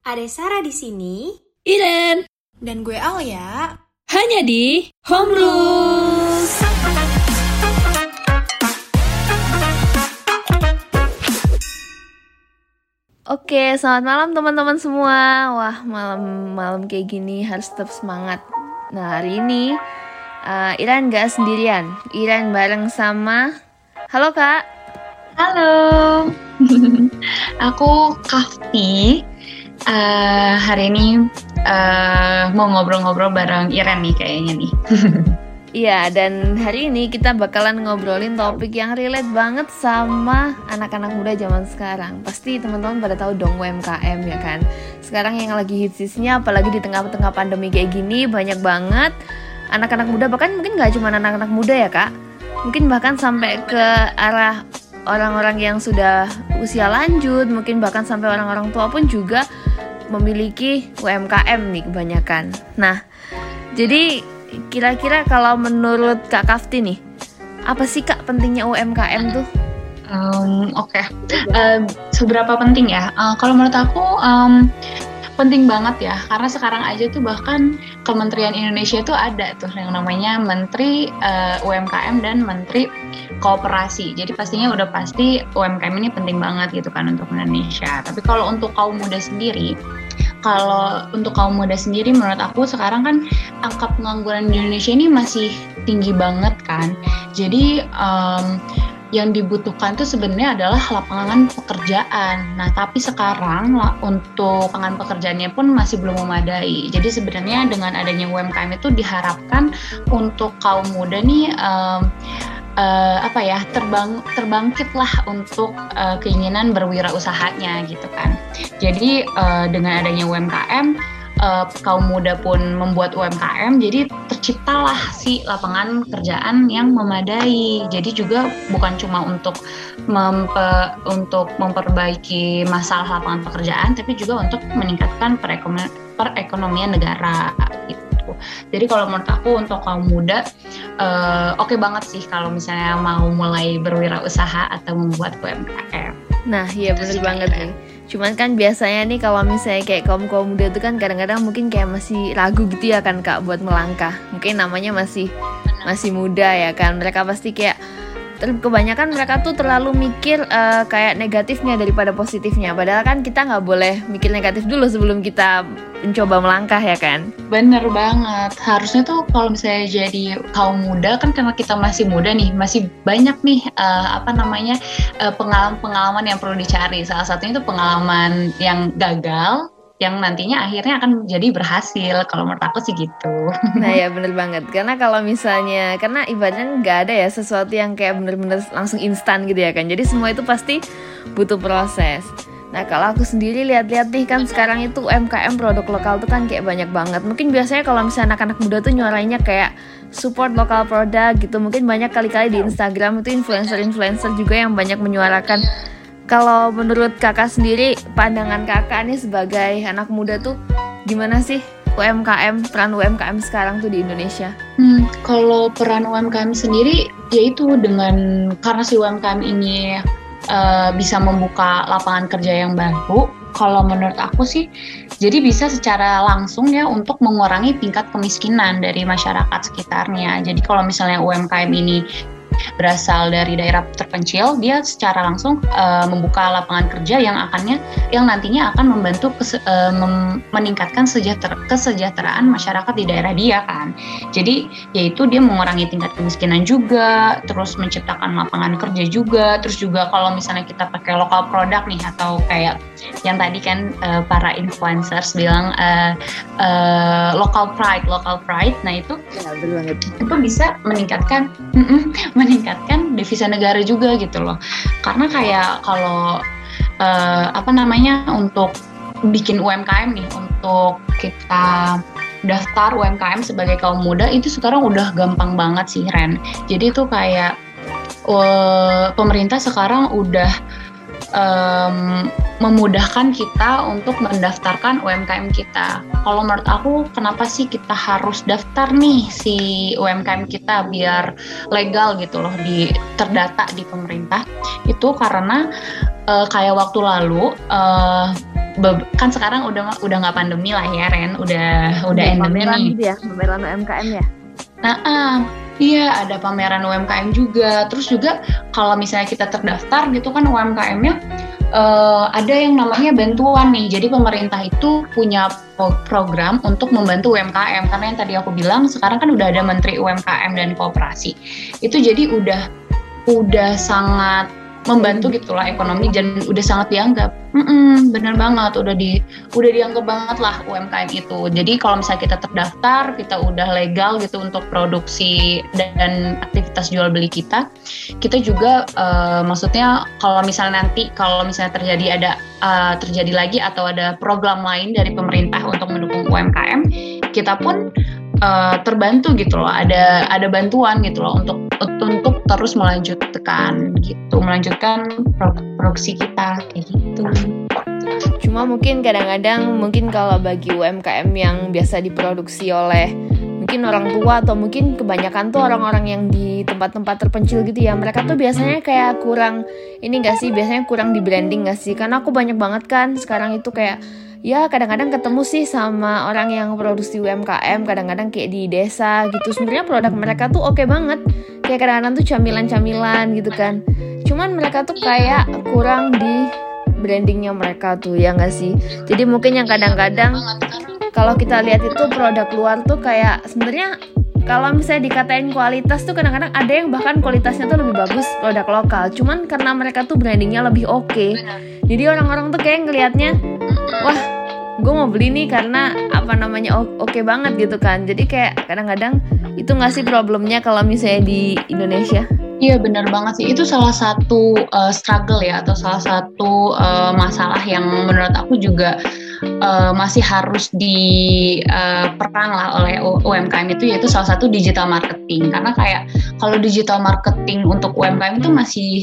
Ada Sarah di sini, Iren, dan gue Alia. hanya di Home Rules. Oke, selamat malam teman-teman semua. Wah, malam kayak gini harus tetap semangat. Nah, hari ini Iren gak sendirian. Iren bareng sama... Halo Kak. Halo, aku Kafti. Hari ini mau ngobrol-ngobrol bareng Iren nih kayaknya nih. Iya, dan hari ini kita bakalan ngobrolin topik yang relate banget sama anak-anak muda zaman sekarang. Pasti teman-teman pada tahu dong UMKM ya kan. Sekarang yang lagi hits-hitsnya, apalagi di tengah-tengah pandemi kayak gini, banyak banget anak-anak muda, bahkan mungkin gak cuma anak-anak muda ya Kak. Mungkin bahkan sampai ke arah orang-orang yang sudah usia lanjut, mungkin bahkan sampai orang-orang tua pun juga memiliki UMKM nih kebanyakan. Nah, jadi kira-kira kalau menurut Kak Kafti nih, apa sih Kak pentingnya UMKM tuh? Oke. Seberapa penting ya? Kalau menurut aku penting banget ya, karena sekarang aja tuh bahkan Kementerian Indonesia tuh ada tuh yang namanya Menteri UMKM dan Menteri Kooperasi. Jadi pastinya udah pasti UMKM ini penting banget gitu kan untuk Indonesia. Tapi kalau untuk kaum muda sendiri, menurut aku sekarang kan angka pengangguran di Indonesia ini masih tinggi banget kan. Jadi yang dibutuhkan tuh sebenarnya adalah lapangan pekerjaan. Nah, tapi sekarang untuk lapangan pekerjaannya pun masih belum memadai. Jadi sebenarnya dengan adanya UMKM itu diharapkan untuk kaum muda nih terbangkit lah untuk keinginan berwirausahanya gitu kan. Jadi dengan adanya UMKM, kaum muda pun membuat UMKM, jadi terciptalah si lapangan kerjaan yang memadai. Jadi juga bukan cuma untuk memperbaiki masalah lapangan pekerjaan, tapi juga untuk meningkatkan perekonomian negara gitu. Jadi kalau menurut aku untuk kaum muda oke banget sih kalau misalnya mau mulai berwirausaha atau membuat UMKM. Nah, iya bener banget nih. Cuman kan biasanya nih kalau misalnya kayak kaum muda itu kan kadang-kadang mungkin kayak masih ragu gitu ya kan Kak buat melangkah. Mungkin namanya masih muda ya kan. Mereka pasti kayak kebanyakan mereka tuh terlalu mikir kayak negatifnya daripada positifnya. Padahal kan kita nggak boleh mikir negatif dulu sebelum kita mencoba melangkah ya kan. Bener banget. Harusnya tuh kalau misalnya jadi kaum muda kan karena kita masih muda nih, masih banyak nih pengalaman-pengalaman yang perlu dicari. Salah satunya itu pengalaman yang gagal, yang nantinya akhirnya akan jadi berhasil. Kalau menurut aku sih gitu. Nah ya bener banget. Karena kalau misalnya, karena ibaratnya nggak ada ya sesuatu yang kayak bener-bener langsung instan gitu ya kan. Jadi semua itu pasti butuh proses. Nah kalau aku sendiri lihat-lihat nih kan sekarang itu UMKM produk lokal tuh kan kayak banyak banget. Mungkin biasanya kalau misalnya anak-anak muda tuh nyuarainnya kayak support lokal produk gitu. Mungkin banyak kali-kali di Instagram itu influencer-influencer juga yang banyak menyuarakan. Kalau menurut kakak sendiri, pandangan kakak nih sebagai anak muda tuh gimana sih peran UMKM sekarang tuh di Indonesia? Kalau peran UMKM sendiri, yaitu karena si UMKM ini bisa membuka lapangan kerja yang baru. Kalau menurut aku sih, jadi bisa secara langsung ya untuk mengurangi tingkat kemiskinan dari masyarakat sekitarnya. Jadi kalau misalnya UMKM ini berasal dari daerah terpencil, dia secara langsung membuka lapangan kerja yang nantinya akan membantu meningkatkan kesejahteraan masyarakat di daerah dia kan. Jadi yaitu dia mengurangi tingkat kemiskinan juga, terus menciptakan lapangan kerja juga, terus juga kalau misalnya kita pakai lokal produk nih atau kayak yang tadi kan para influencers bilang local pride. Nah itu itu bisa meningkatkan devisa negara juga gitu loh. Karena kayak kalau untuk bikin UMKM nih, untuk kita daftar UMKM sebagai kaum muda itu sekarang udah gampang banget sih Ren. Jadi itu kayak pemerintah sekarang udah memudahkan kita untuk mendaftarkan UMKM kita. Kalau menurut aku, kenapa sih kita harus daftar nih si UMKM kita biar legal gitu loh, terdata di pemerintah? Itu karena kayak waktu lalu kan sekarang udah nggak pandemi lah ya Ren, udah endemi nih. Gitu ya, pameran UMKM ya. Iya, ada pameran UMKM juga. Terus juga kalau misalnya kita terdaftar gitu kan UMKM-nya ada yang namanya bantuan nih. Jadi pemerintah itu punya program untuk membantu UMKM. Karena yang tadi aku bilang sekarang kan udah ada Menteri UMKM dan Koperasi. Itu jadi udah sangat membantu gitulah ekonomi dan udah sangat dianggap. Bener banget, udah dianggap banget lah UMKM itu. Jadi kalau misalnya kita terdaftar, kita udah legal gitu untuk produksi dan aktivitas jual beli kita juga maksudnya kalau misalnya terjadi lagi atau ada program lain dari pemerintah untuk mendukung UMKM, kita pun terbantu gitu loh, ada bantuan gitu loh untuk terus melanjutkan produksi kita kayak gitu. Cuma mungkin kadang-kadang kalau bagi UMKM yang biasa diproduksi oleh mungkin orang tua atau mungkin kebanyakan tuh orang-orang yang di tempat-tempat terpencil gitu ya, mereka tuh biasanya kayak kurang biasanya kurang di branding nggak sih? Karena aku banyak banget kan sekarang itu kayak ya kadang-kadang ketemu sih sama orang yang produksi UMKM, kadang-kadang kayak di desa gitu. Sebenarnya produk mereka tuh oke banget. Kayak kadang-kadang tuh camilan-camilan gitu kan. Cuman mereka tuh kayak kurang di brandingnya mereka tuh, ya nggak sih? Jadi mungkin yang kadang-kadang kalau kita lihat itu produk luar tuh kayak sebenarnya kalau misalnya dikatain kualitas tuh kadang-kadang ada yang bahkan kualitasnya tuh lebih bagus produk lokal. Cuman karena mereka tuh brandingnya lebih oke. Jadi orang-orang tuh kayak ngelihatnya, wah, gue mau beli nih karena oke banget gitu kan. Jadi kayak kadang-kadang itu nggak sih problemnya kalau misalnya di Indonesia? Iya benar banget sih, itu salah satu struggle ya, atau salah satu masalah yang menurut aku juga masih harus diperang lah oleh UMKM itu, yaitu salah satu digital marketing. Karena kayak kalau digital marketing untuk UMKM itu masih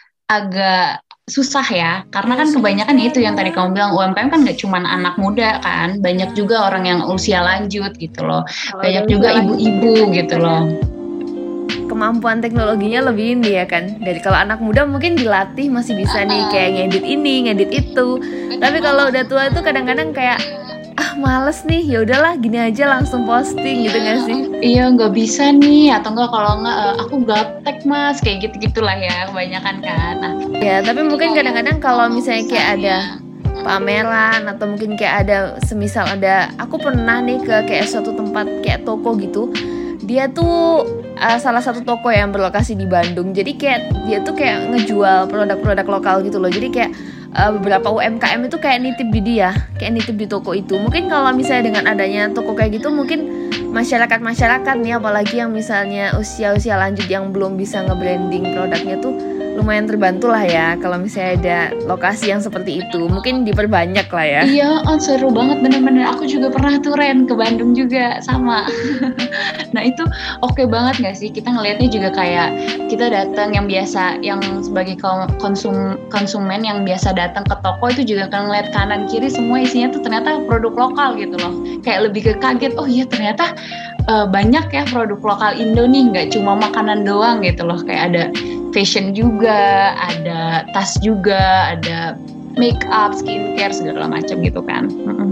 agak susah ya, karena kan kebanyakan itu yang tadi kamu bilang, UMKM kan nggak cuma anak muda kan, banyak juga orang yang usia lanjut gitu loh, banyak juga ibu-ibu gitu loh. Kemampuan teknologinya lebih ini ya kan. Dari kalau anak muda mungkin dilatih masih bisa nih kayak ngedit ini, ngedit itu. Tapi kalau udah tua itu kadang-kadang kayak males nih, ya udahlah gini aja langsung posting gitu nggak sih? Iya nggak bisa nih, atau enggak kalau nggak aku gaptek mas, kayak gitu-gitulah ya kebanyakan kan. Nah, ya tapi mungkin kadang-kadang kalau misalnya kayak ada pameran atau mungkin kayak ada semisal ada, aku pernah nih ke kayak suatu tempat kayak toko gitu. Dia tuh salah satu toko yang berlokasi di Bandung. Jadi kayak dia tuh kayak ngejual produk-produk lokal gitu loh. Jadi kayak beberapa UMKM itu kayak nitip di dia, kayak nitip di toko itu. Mungkin kalau misalnya dengan adanya toko kayak gitu, mungkin masyarakat nih, apalagi yang misalnya usia-usia lanjut yang belum bisa nge-branding produknya tuh lumayan terbantu lah ya kalau misalnya ada lokasi yang seperti itu. Mungkin diperbanyak lah ya. Iya, seru banget, bener-bener. Aku juga pernah tuh Ren ke Bandung juga sama. Nah itu oke banget gak sih? Kita ngelihatnya juga kayak kita datang yang biasa, yang sebagai konsumen yang biasa datang ke toko itu juga kan ngeliat kanan kiri semua isinya tuh ternyata produk lokal gitu loh. Kayak lebih ke kaget, oh iya ternyata banyak ya produk lokal Indo nih, nggak cuma makanan doang gitu loh. Kayak ada fashion juga, ada tas juga, ada make up, skincare, segala macam gitu kan.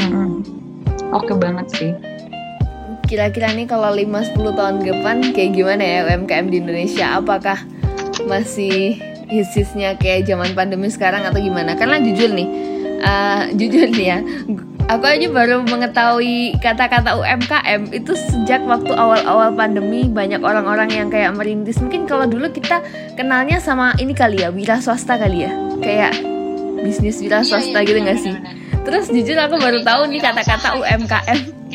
Oke banget sih. Kira-kira nih kalau 5-10 tahun ke depan kayak gimana ya UMKM di Indonesia? Apakah masih hisisnya kayak zaman pandemi sekarang atau gimana? Karena jujur nih ya, aku aja baru mengetahui kata-kata UMKM itu sejak waktu awal-awal pandemi. Banyak orang-orang yang kayak merintis. Mungkin kalau dulu kita kenalnya sama ini kali ya, wira swasta kali ya, kayak bisnis wira swasta gitu nggak sih? Terus jujur aku baru tahu nih kata-kata UMKM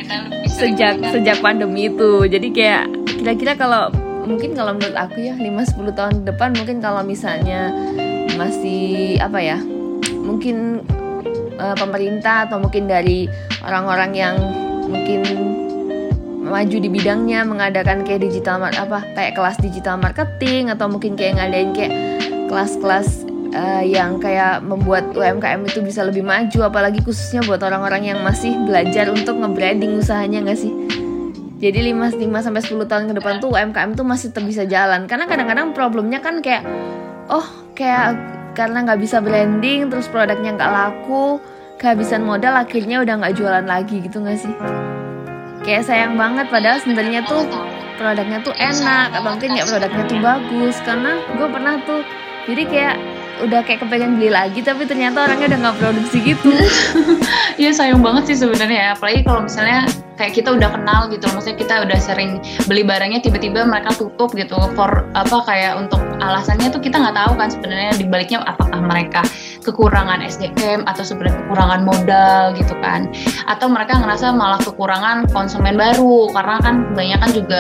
sejak pandemi itu. Jadi kayak kira-kira kalau menurut aku ya 5-10 tahun depan, mungkin kalau misalnya masih mungkin pemerintah atau mungkin dari orang-orang yang mungkin maju di bidangnya mengadakan kayak kayak kelas digital marketing, atau mungkin kayak ngadain kayak kelas-kelas yang kayak membuat UMKM itu bisa lebih maju, apalagi khususnya buat orang-orang yang masih belajar untuk nge-branding usahanya nggak sih? Jadi 5-10 tahun ke depan tuh UMKM tuh masih tetap bisa jalan. Karena kadang-kadang problemnya kan kayak karena nggak bisa branding, terus produknya nggak laku, kehabisan modal akhirnya udah nggak jualan lagi gitu nggak sih? Kayak sayang banget, padahal sebenarnya tuh produknya tuh enak atau mungkin kayak produknya tuh bagus. Karena gue pernah tuh jadi kayak udah kayak kepengen beli lagi tapi ternyata orangnya udah nggak produksi gitu. Iya sayang banget sih sebenarnya, apalagi kalau misalnya kayak kita udah kenal gitu, maksudnya kita udah sering beli barangnya tiba-tiba mereka tutup gitu, for apa kayak untuk alasannya tuh kita nggak tahu kan sebenarnya dibaliknya apakah mereka kekurangan SDM atau sebenarnya kekurangan modal gitu kan, atau mereka ngerasa malah kekurangan konsumen baru karena kan kebanyakan juga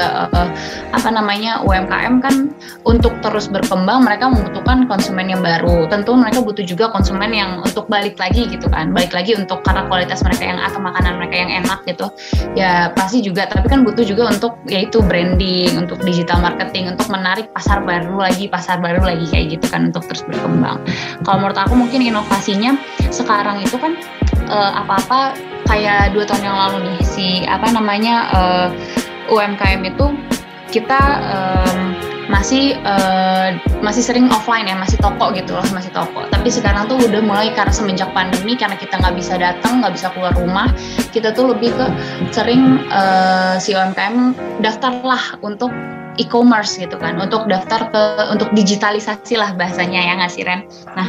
UMKM kan untuk terus berkembang mereka membutuhkan konsumen yang baru, tentu mereka butuh juga konsumen yang untuk balik lagi gitu kan, balik lagi untuk karena kualitas mereka yang atau makanan mereka yang enak gitu ya pasti juga, tapi kan butuh juga untuk yaitu branding, untuk digital marketing, untuk menarik pasar baru lagi kayak gitu kan untuk terus berkembang. Kalau menurut aku mungkin inovasinya sekarang itu kan apa-apa kayak 2 tahun yang lalu nih UMKM itu kita masih sering offline ya, masih toko gitu loh, masih toko. Tapi sekarang tuh udah mulai karena semenjak pandemi, karena kita nggak bisa datang, nggak bisa keluar rumah, kita tuh lebih ke sering si UMKM daftarlah untuk e-commerce gitu kan, untuk daftar untuk digitalisasi lah bahasanya ya nggak sih Ren? Nah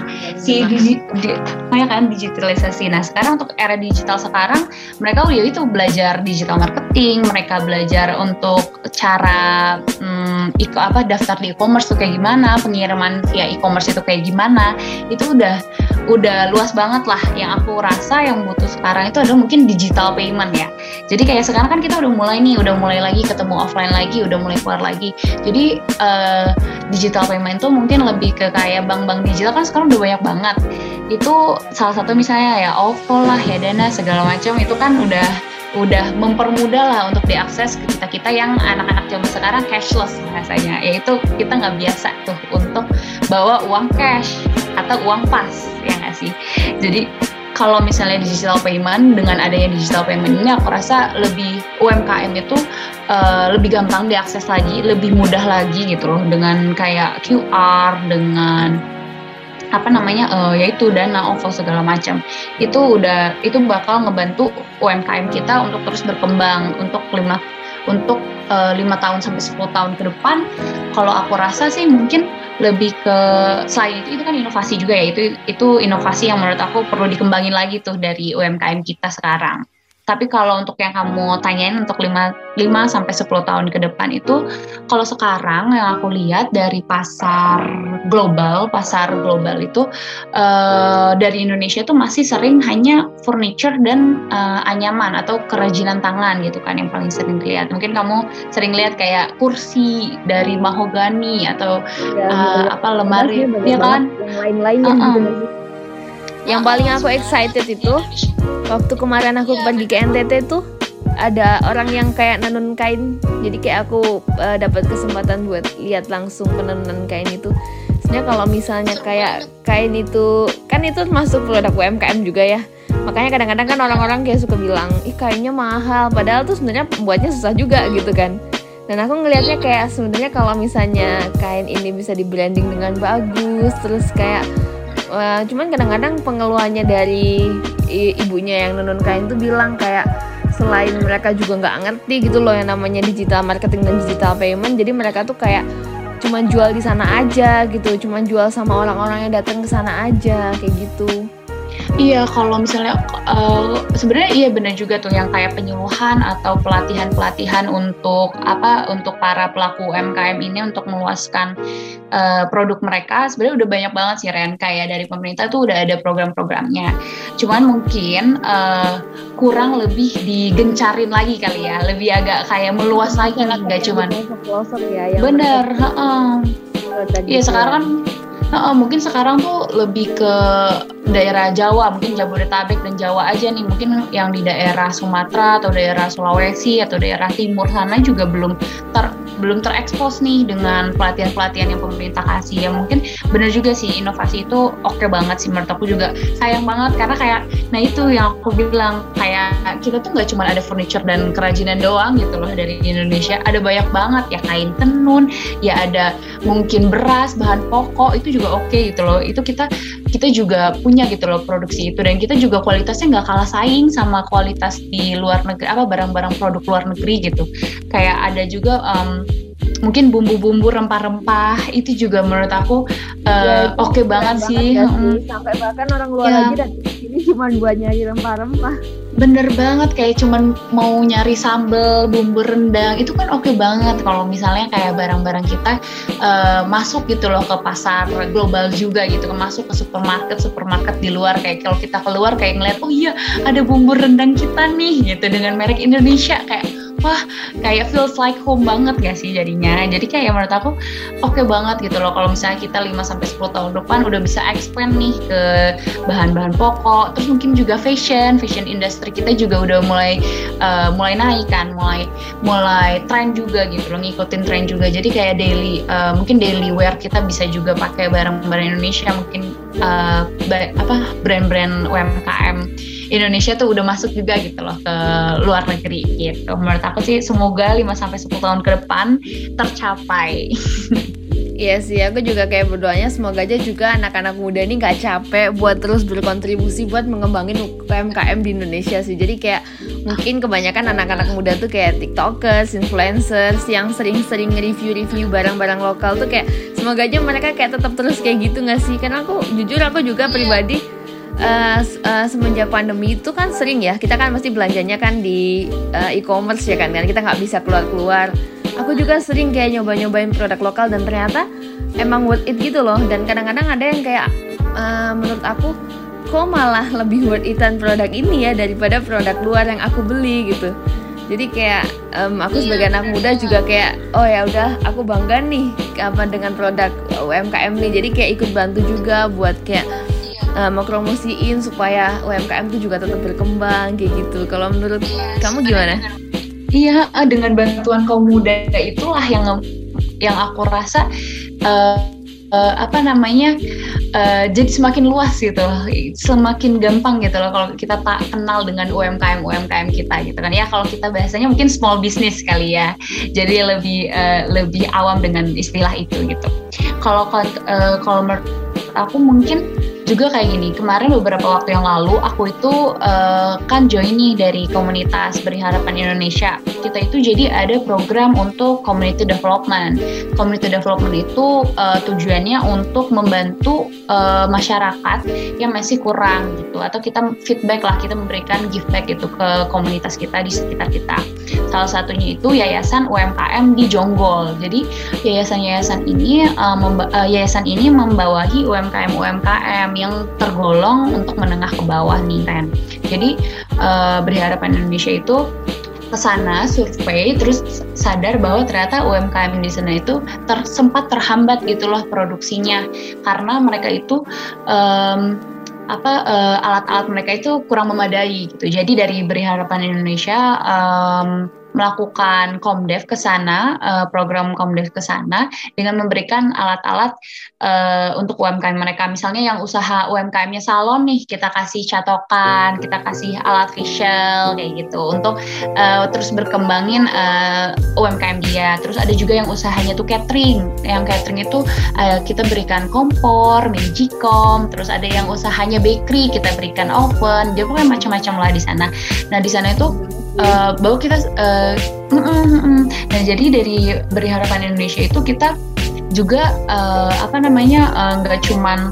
digitalisasi. Nah sekarang untuk era digital sekarang mereka udah itu belajar digital marketing, mereka belajar untuk cara daftar di e-commerce tuh kayak gimana, pengiriman via e-commerce itu kayak gimana, itu udah luas banget lah. Yang aku rasa yang butuh sekarang itu adalah mungkin digital payment ya. Jadi kayak sekarang kan kita udah mulai lagi ketemu offline lagi, udah mulai keluar lagi. Jadi digital payment itu mungkin lebih ke kayak bank-bank digital kan sekarang udah banyak banget. Itu salah satu misalnya ya OVO lah, ya Dana segala macam itu kan udah mempermudah lah untuk diakses ke kita yang anak-anak zaman sekarang cashless rasanya, yaitu kita nggak biasa tuh untuk bawa uang cash atau uang pas ya nggak sih. Jadi kalau misalnya digital payment, dengan adanya digital payment ini aku rasa lebih UMKM itu lebih gampang diakses lagi, lebih mudah lagi gitu loh, dengan kayak QR, dengan yaitu Dana, OVO segala macam. Itu bakal ngebantu UMKM kita untuk terus berkembang untuk 5 tahun sampai 10 tahun ke depan. Kalau aku rasa sih mungkin lebih ke selain itu kan inovasi juga ya, itu inovasi yang menurut aku perlu dikembangin lagi tuh dari UMKM kita sekarang. Tapi kalau untuk yang kamu tanyain untuk 5 sampai 10 tahun ke depan itu, kalau sekarang yang aku lihat dari pasar global itu dari Indonesia itu masih sering hanya furniture dan anyaman atau kerajinan tangan gitu kan yang paling sering dilihat. Mungkin kamu sering lihat kayak kursi dari mahogani atau lemari ya kan, yang lain-lainnya gitu. Yang paling aku excited itu waktu kemarin aku pergi ke NTT tuh ada orang yang kayak nenun kain. Jadi kayak aku dapat kesempatan buat lihat langsung penenunan kain itu. Sebenarnya kalau misalnya kayak kain itu kan itu masuk produk UMKM juga ya. Makanya kadang-kadang kan orang-orang kayak suka bilang, kainnya mahal. Padahal tuh sebenarnya buatnya susah juga gitu kan. Dan aku ngelihatnya kayak sebenarnya kalau misalnya kain ini bisa di branding dengan bagus, terus kayak cuman kadang-kadang pengeluhannya dari ibunya yang nenun kain tuh bilang kayak selain mereka juga nggak ngerti gitu loh yang namanya digital marketing dan digital payment, jadi mereka tuh kayak cuman jual di sana aja gitu, cuman jual sama orang-orang yang datang ke sana aja kayak gitu. Iya, kalau misalnya sebenarnya iya benar juga tuh yang kayak penyuluhan atau pelatihan untuk para pelaku UMKM ini untuk meluaskan produk mereka. Sebenarnya udah banyak banget sih Ren, kayak dari pemerintah tuh udah ada program-programnya. Cuman mungkin kurang lebih digencarin lagi kali ya, lebih agak kayak meluas lagi nih, nggak cuman bener. Iya sekarang kan mungkin sekarang tuh lebih ke daerah Jawa, mungkin Jabodetabek dan Jawa aja nih. Mungkin yang di daerah Sumatera atau daerah Sulawesi atau daerah timur sana juga belum belum terekspos nih dengan pelatihan-pelatihan yang pemerintah kasih. Ya mungkin bener juga sih, inovasi itu oke banget sih menurut aku juga. Sayang banget karena kayak, nah itu yang aku bilang, kayak kita tuh nggak cuma ada furniture dan kerajinan doang gitu loh dari Indonesia, ada banyak banget ya, kain tenun, ya ada mungkin beras, bahan pokok itu juga oke gitu loh. Itu kita juga punya gitu loh produksi itu, dan kita juga kualitasnya nggak kalah saing sama kualitas di luar negeri, barang-barang produk luar negeri gitu. Kayak ada juga mungkin bumbu-bumbu rempah-rempah itu juga menurut aku oke banget sih. Sampai bahkan orang luar aja dan ini cuma buat nyari rempah-rempah. Bener banget, kayak cuman mau nyari sambal, bumbu rendang, itu kan oke banget kalau misalnya kayak barang-barang kita masuk gitu loh ke pasar global juga gitu, masuk ke supermarket di luar. Kayak kalau kita keluar kayak ngeliat, oh iya ada bumbu rendang kita nih gitu dengan merek Indonesia, kayak wah kayak feels like home banget gak sih jadinya. Jadi kayak menurut aku oke banget gitu loh kalau misalnya kita 5-10 tahun depan udah bisa expand nih ke bahan-bahan pokok. Terus mungkin juga fashion industry kita juga udah mulai naik kan, mulai tren juga gitu loh, ngikutin tren juga. Jadi kayak mungkin daily wear kita bisa juga pakai barang-barang Indonesia, mungkin brand-brand UMKM Indonesia tuh udah masuk juga gitu loh ke luar negeri gitu. Menurut aku sih semoga 5-10 tahun ke depan tercapai. Iya sih, aku juga kayak berdoanya semoga aja juga anak-anak muda ini gak capek buat terus berkontribusi buat mengembangin UMKM di Indonesia sih. Jadi kayak mungkin kebanyakan anak-anak muda tuh kayak tiktokers, influencers yang sering-sering review barang-barang lokal tuh kayak semoga aja mereka kayak tetap terus kayak gitu gak sih. Karena aku juga pribadi semenjak pandemi itu kan sering ya, kita kan mesti belanjanya kan di e-commerce ya kan, kita nggak bisa keluar. Aku juga sering kayak nyobain produk lokal dan ternyata emang worth it gitu loh. Dan kadang-kadang ada yang kayak menurut aku kok malah lebih worth it-an produk ini ya daripada produk luar yang aku beli gitu. Jadi kayak aku sebagai anak muda juga kayak oh ya udah aku bangga nih dengan produk UMKM nih. Jadi kayak ikut bantu juga buat kayak mau promosiin supaya UMKM itu juga tetap berkembang kayak gitu. Kalau menurut kamu gimana? Iya, dengan bantuan kaum muda itulah yang aku rasa jadi semakin luas gitu loh, semakin gampang gitu loh kalau kita tak kenal dengan UMKM kita gitu kan ya. Kalau kita bahasanya mungkin small business kali ya, jadi lebih awam dengan istilah itu gitu. Kalau menurut aku mungkin juga kayak gini, kemarin beberapa waktu yang lalu aku itu kan join nih dari komunitas Beri Harapan Indonesia. Kita itu jadi ada program untuk community development. Community development itu tujuannya untuk membantu masyarakat yang masih kurang gitu, atau kita feedback lah, kita memberikan give back gitu ke komunitas kita di sekitar kita. Salah satunya itu yayasan UMKM di Jonggol. Jadi yayasan ini membawahi UMKM yang tergolong untuk menengah ke bawah nih Ren. Jadi Beri Harapan Indonesia itu kesana survei terus sadar bahwa ternyata UMKM di sana itu sempat terhambat gitu loh produksinya karena mereka itu alat-alat mereka itu kurang memadai gitu. Jadi dari Beri Harapan Indonesia melakukan Komdev ke sana, program Komdev ke sana dengan memberikan alat-alat untuk UMKM mereka. Misalnya yang usaha UMKM-nya salon nih, kita kasih catokan, kita kasih alat facial kayak gitu untuk terus berkembangin UMKM dia. Terus ada juga yang usahanya tuh catering. Yang catering itu kita berikan kompor, magicom, terus ada yang usahanya bakery, kita berikan oven. Dia pokoknya macam-macam lah di sana. Nah, di sana itu bahwa kita nah jadi dari Beri Harapan Indonesia itu kita juga nggak cuman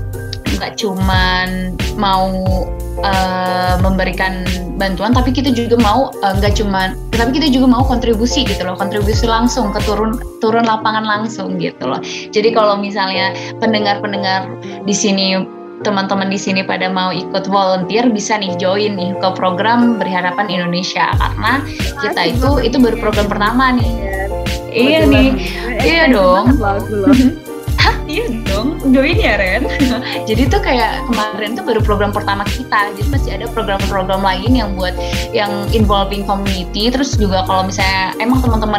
mau memberikan bantuan, tapi kita juga mau kontribusi gitu loh, kontribusi langsung ke turun lapangan langsung gitu loh. Jadi kalau misalnya pendengar di sini, teman-teman di sini pada mau ikut volunteer, bisa nih join nih ke program Beri Harapan Indonesia karena kita itu baru program pertama nih. Iya nih, iya dong. Iya dong, join ya Ren. Jadi tuh kayak kemarin tuh baru program pertama kita, jadi masih ada program-program lain yang involving community. Terus juga kalau misalnya emang teman-teman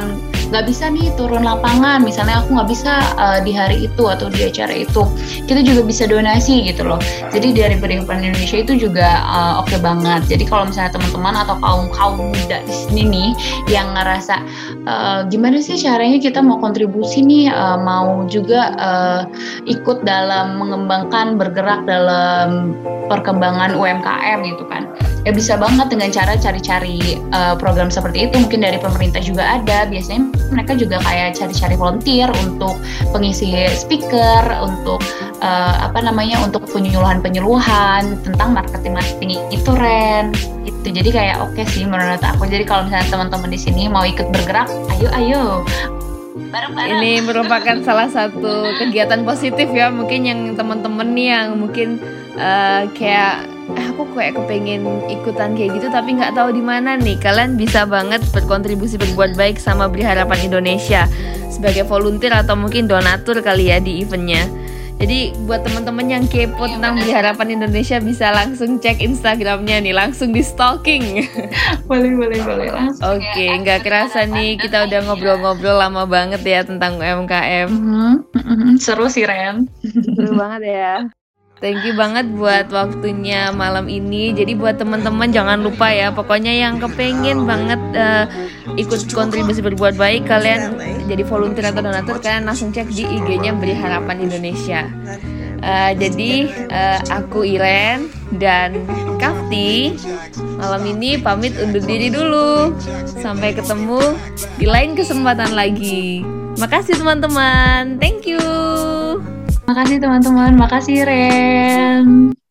nggak bisa nih turun lapangan, misalnya aku nggak bisa di hari itu atau di acara itu, kita juga bisa donasi gitu loh. Jadi dari Berharapan Indonesia itu juga oke banget. Jadi kalau misalnya teman-teman atau kaum muda di sini nih yang ngerasa gimana sih caranya kita mau kontribusi nih, mau juga ikut dalam mengembangkan, bergerak dalam perkembangan UMKM gitu kan, ya bisa banget dengan cara cari-cari program seperti itu. Mungkin dari pemerintah juga ada, biasanya mereka juga kayak cari-cari volunteer untuk pengisi speaker, untuk untuk penyuluhan tentang marketing itu Ren itu. Jadi kayak oke sih menurut aku. Jadi kalau misalnya teman-teman di sini mau ikut bergerak, ayo bareng-bareng. Ini merupakan salah satu kegiatan positif ya, mungkin yang teman-teman nih yang mungkin aku kayak kepengen ikutan kayak gitu tapi nggak tahu di mana nih. Kalian bisa banget berkontribusi, berbuat baik sama Berharapan Indonesia sebagai volunteer atau mungkin donatur kali ya di eventnya. Jadi buat teman-teman yang kepo tentang Berharapan Indonesia bisa langsung cek Instagramnya nih, langsung di stalking. boleh langsung. Oke, nggak kerasa nih kita udah ngobrol-ngobrol lama banget ya tentang UMKM. Seru sih Ren. Seru banget ya. Thank you banget buat waktunya malam ini. Jadi buat teman-teman jangan lupa ya, pokoknya yang kepengen banget ikut kontribusi berbuat baik, kalian jadi volunteer atau donatur, kalian langsung cek di IG-nya Berharapan Indonesia. Jadi aku Iren dan Kafti malam ini pamit undur diri dulu. Sampai ketemu di lain kesempatan lagi. Makasih teman-teman. Thank you. Makasih teman-teman, makasih Ren.